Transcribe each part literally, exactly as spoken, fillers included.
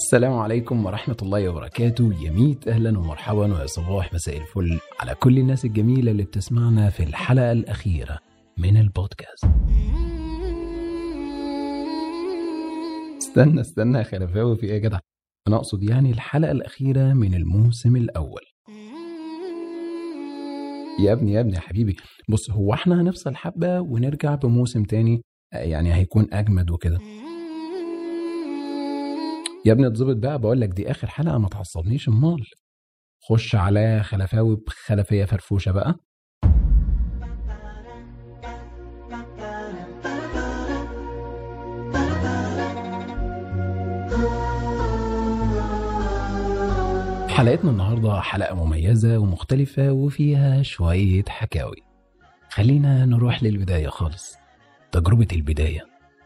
السلام عليكم ورحمة الله وبركاته. يميت أهلا ومرحبا ويا صباح مساء الفل على كل الناس الجميلة اللي بتسمعنا في الحلقة الأخيرة من البودكاست. استنى استنى يا خلفاوي، في ايه يا جدع؟ أنا أقصد يعني الحلقة الأخيرة من الموسم الأول. يا ابني يا ابني يا حبيبي، بص، هو احنا هنفصل حبة ونرجع بموسم تاني، يعني هيكون أجمد وكده. يا ابني اتظبط بقى، بقولك دي آخر حلقة، ما تعصبنيش امال. خش على خلفاوي بخلفية فرفوشة بقى. حلقتنا النهاردة حلقة مميزة ومختلفة وفيها شوية حكاوي. خلينا نروح للبداية خالص. تجربة البداية،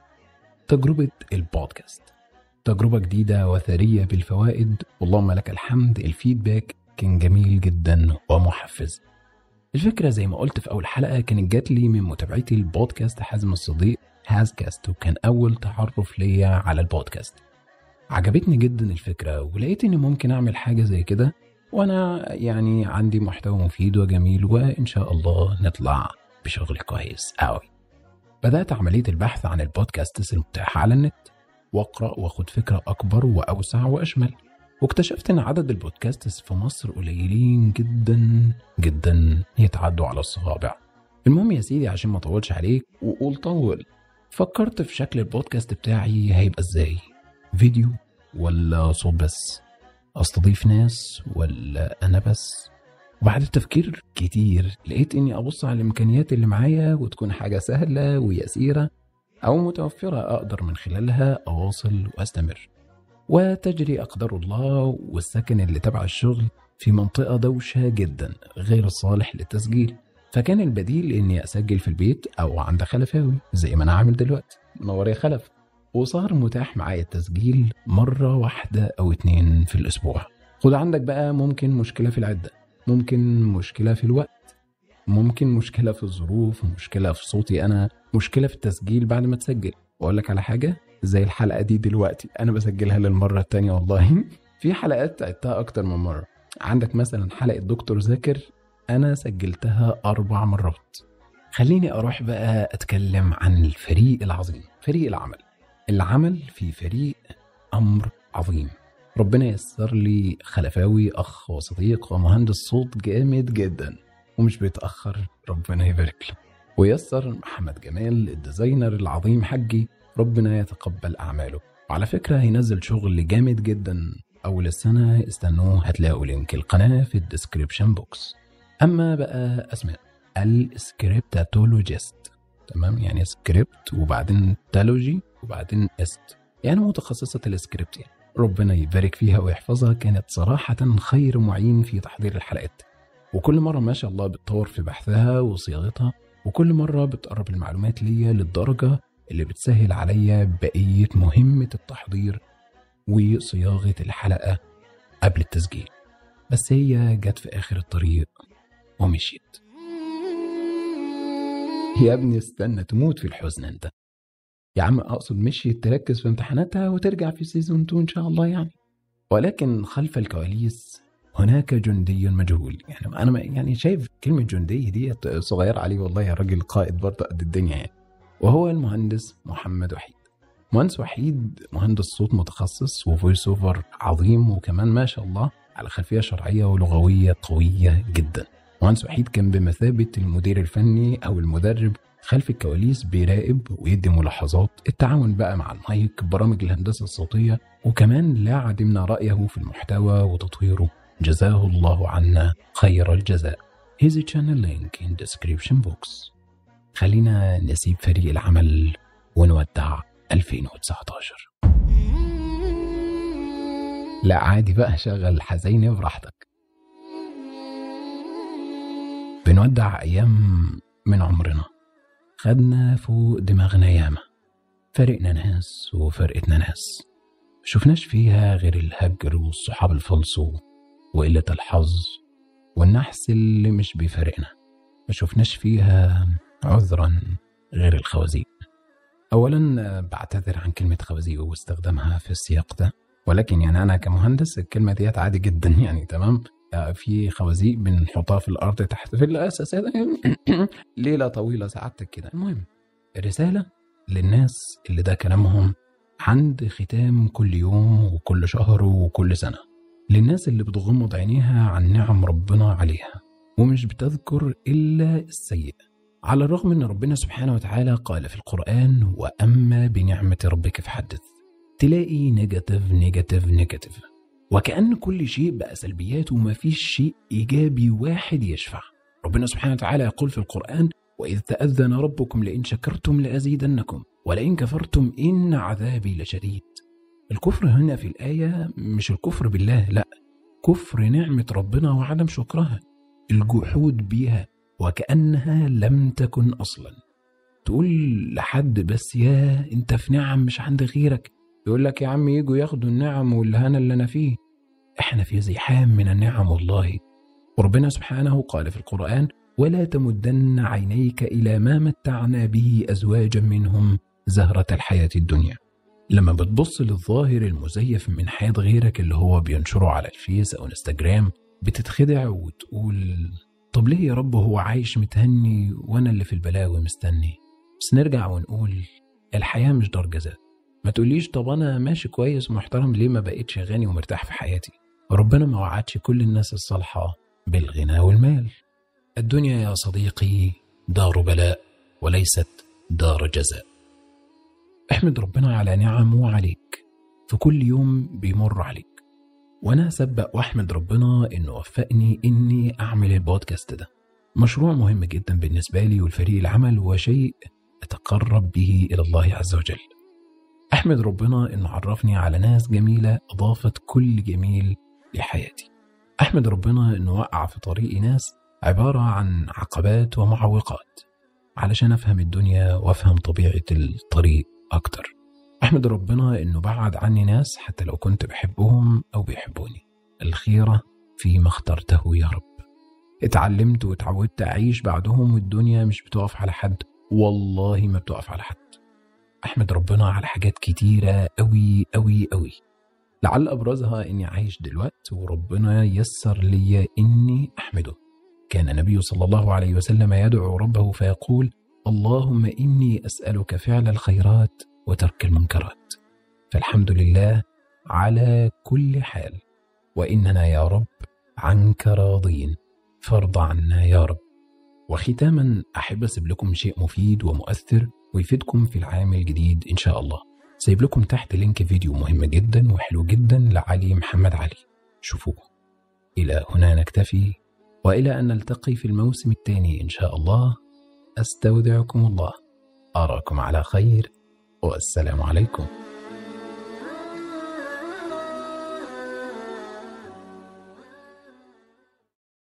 تجربة البودكاست، تجربة جديدة وثرية بالفوائد، واللهم لك الحمد. الفيدباك كان جميل جدا ومحفز. الفكرة زي ما قلت في أول حلقة كانت جات لي من متابعتي البودكاست حازم الصديق هازكاست، وكان أول تعرف ليا على البودكاست. عجبتني جدا الفكرة، ولقيت إني ممكن أعمل حاجة زي كده، وأنا يعني عندي محتوى مفيد وجميل، وإن شاء الله نطلع بشغل كويس أوي. بدأت عملية البحث عن البودكاست المتاحة على النت، واقرأ واخد فكرة أكبر وأوسع وأشمل، واكتشفت إن عدد البودكاستس في مصر قليلين جدا جدا، يتعدوا على الصوابع. المهم يا سيدي، عشان ما أطولش عليك وقول طول، فكرت في شكل البودكاست بتاعي هيبقى إزاي، فيديو ولا صوت بس، أستضيف ناس ولا أنا بس. وبعد التفكير كتير لقيت إني أبص على الإمكانيات اللي معايا، وتكون حاجة سهلة ويسيرة أو متوفرة أقدر من خلالها أواصل وأستمر، وتجري أقدار الله والسكن اللي تبع الشغل في منطقة دوشة جدا غير الصالح للتسجيل. فكان البديل إني أسجل في البيت أو عند خلفاوي زي ما أنا عامل دلوقتي. نور يا خلف. وصار متاح معايا التسجيل مرة واحدة أو اتنين في الأسبوع. خد عندك بقى، ممكن مشكلة في العدة، ممكن مشكلة في الوقت، ممكن مشكلة في الظروف، مشكلة في صوتي أنا، مشكلة في التسجيل بعد ما تسجل. وأقول لك على حاجة، زي الحلقة دي دلوقتي أنا بسجلها للمرة التانية والله. في حلقات عدتها أكتر من مرة. عندك مثلا حلقة دكتور ذاكر، أنا سجلتها أربع مرات. خليني أروح بقى أتكلم عن الفريق العظيم، فريق العمل. العمل في فريق أمر عظيم. ربنا يسر لي خلفاوي، أخ وصديق ومهندس صوت جامد جدا ومش بيتأخر، ربنا يبارك له. ويسر محمد جمال الديزاينر العظيم حجي، ربنا يتقبل أعماله. وعلى فكرة هينزل شغل جامد جدا أول السنة، استنوه، هتلاقوا لينك القناة في الديسكريبشن بوكس. أما بقى أسماء، السكريبتاتولوجيست، تمام، يعني سكريبت وبعدين تالوجي وبعدين است، يعني متخصصة السكريبت، يعني ربنا يبارك فيها ويحفظها. كانت صراحة خير معين في تحضير الحلقات، وكل مرة ما شاء الله بتطور في بحثها وصياغتها، وكل مرة بتقرب المعلومات ليا للدرجة اللي بتسهل عليا بقية مهمة التحضير وصياغة الحلقة قبل التسجيل. بس هي جت في آخر الطريق ومشيت. يا ابني استنى، تموت في الحزن انت يا عم. أقصد مشيت تركز في امتحاناتها وترجع في سيزون اتنين إن شاء الله يعني. ولكن خلف الكواليس هناك جندي مجهول. يعني أنا يعني شايف كلمة جندي دي صغير عليه والله، يا راجل قائد برضه قد الدنيا يعني. وهو المهندس محمد وحيد. مهندس وحيد مهندس صوت متخصص وفويس اوفر عظيم، وكمان ما شاء الله على خلفية شرعية ولغوية قوية جدا. مهندس وحيد كان بمثابة المدير الفني أو المدرب خلف الكواليس، بيراقب ويدي ملاحظات، التعاون بقى مع المايك، برامج الهندسة الصوتية، وكمان لا عدمنا رأيه في المحتوى وتطويره. جزاه الله عنا خير الجزاء. His channel link in description box. خلينا نسيب فريق العمل ونودع ألفين وتسعتاشر. لا عادي بقى، شغل حزيني براحتك. بنودع أيام من عمرنا خدنا فوق دماغنا ياما، فرقنا ناس وفرقتنا ناس، شفناش فيها غير الهجر والصحاب الفلسو وقلة الحظ والنحس اللي مش بيفارقنا. ما شفناش فيها عذرا غير الخوازيق. أولا بعتذر عن كلمة خوازيق واستخدامها في السياق ده، ولكن يعني أنا كمهندس الكلمة ديت عادي جدا يعني تمام. في خوازيق بنحطها في الأرض تحت في الأساسات ليلة طويلة سعادتك كده. المهم رسالة للناس اللي ده كلامهم عند ختام كل يوم وكل شهر وكل سنة، للناس اللي بتغمض عينيها عن نعم ربنا عليها ومش بتذكر إلا السيء، على الرغم أن ربنا سبحانه وتعالى قال في القرآن وأما بنعمة ربك فحدث. تلاقي نيجاتيف نيجاتيف نيجاتيف، وكأن كل شيء بقى سلبيات وما فيش شيء إيجابي واحد يشفع. ربنا سبحانه وتعالى يقول في القرآن وإذ تأذن ربكم لئن شكرتم لأزيدنكم ولئن كفرتم إن عذابي لشديد. الكفر هنا في الآية مش الكفر بالله، لا، كفر نعمة ربنا وعدم شكرها، الجحود بيها وكأنها لم تكن أصلا. تقول لحد بس يا انت في نعم مش عند غيرك، يقول لك يا عم يجوا ياخدوا النعم والهنا اللي أنا فيه. احنا في زحام من النعم والله. وربنا سبحانه قال في القرآن ولا تمدن عينيك إلى ما متعنا به أزواجا منهم زهرة الحياة الدنيا. لما بتبص للظاهر المزيف من حياة غيرك اللي هو بينشره على الفيس أو انستجرام بتتخدع وتقول طب ليه يا رب هو عايش متهني وأنا اللي في البلاوي مستني. بس نرجع ونقول الحياة مش دار جزاء. ما تقوليش طب أنا ماشي كويس ومحترم ليه ما بقيتش غني ومرتاح في حياتي. ربنا ما وعدش كل الناس الصالحة بالغنى والمال. الدنيا يا صديقي دار بلاء وليست دار جزاء. احمد ربنا على نعمه عليك في كل يوم بيمر عليك. وانا اسبق واحمد ربنا انه وفقني اني اعمل البودكاست ده، مشروع مهم جدا بالنسبة لي والفريق العمل وشيء اتقرب به الى الله عز وجل. احمد ربنا انه عرفني على ناس جميلة اضافت كل جميل لحياتي. احمد ربنا انه وقع في طريقي ناس عبارة عن عقبات ومعوقات علشان افهم الدنيا وافهم طبيعة الطريق اكتر. احمد ربنا انه بعد عني ناس حتى لو كنت بحبهم او بيحبوني. الخيرة فيما اخترته يا رب. اتعلمت واتعودت اعيش بعدهم والدنيا مش بتقف على حد، والله ما بتقف على حد. احمد ربنا على حاجات كتيرة قوي قوي قوي، لعل ابرزها اني عايش دلوقتي وربنا يسر لي اني احمده. كان النبي صلى الله عليه وسلم يدعو ربه فيقول اللهم إني أسألك فعل الخيرات وترك المنكرات. فالحمد لله على كل حال، وإننا يا رب عنك راضين فارض عنا يا رب. وختاما أحب أسيب لكم شيء مفيد ومؤثر ويفيدكم في العام الجديد إن شاء الله. سيب لكم تحت لينك فيديو مهم جدا وحلو جدا لعلي محمد علي، شوفوه. إلى هنا نكتفي، وإلى أن نلتقي في الموسم الثاني إن شاء الله. أستودعكم الله، أراكم على خير، والسلام عليكم.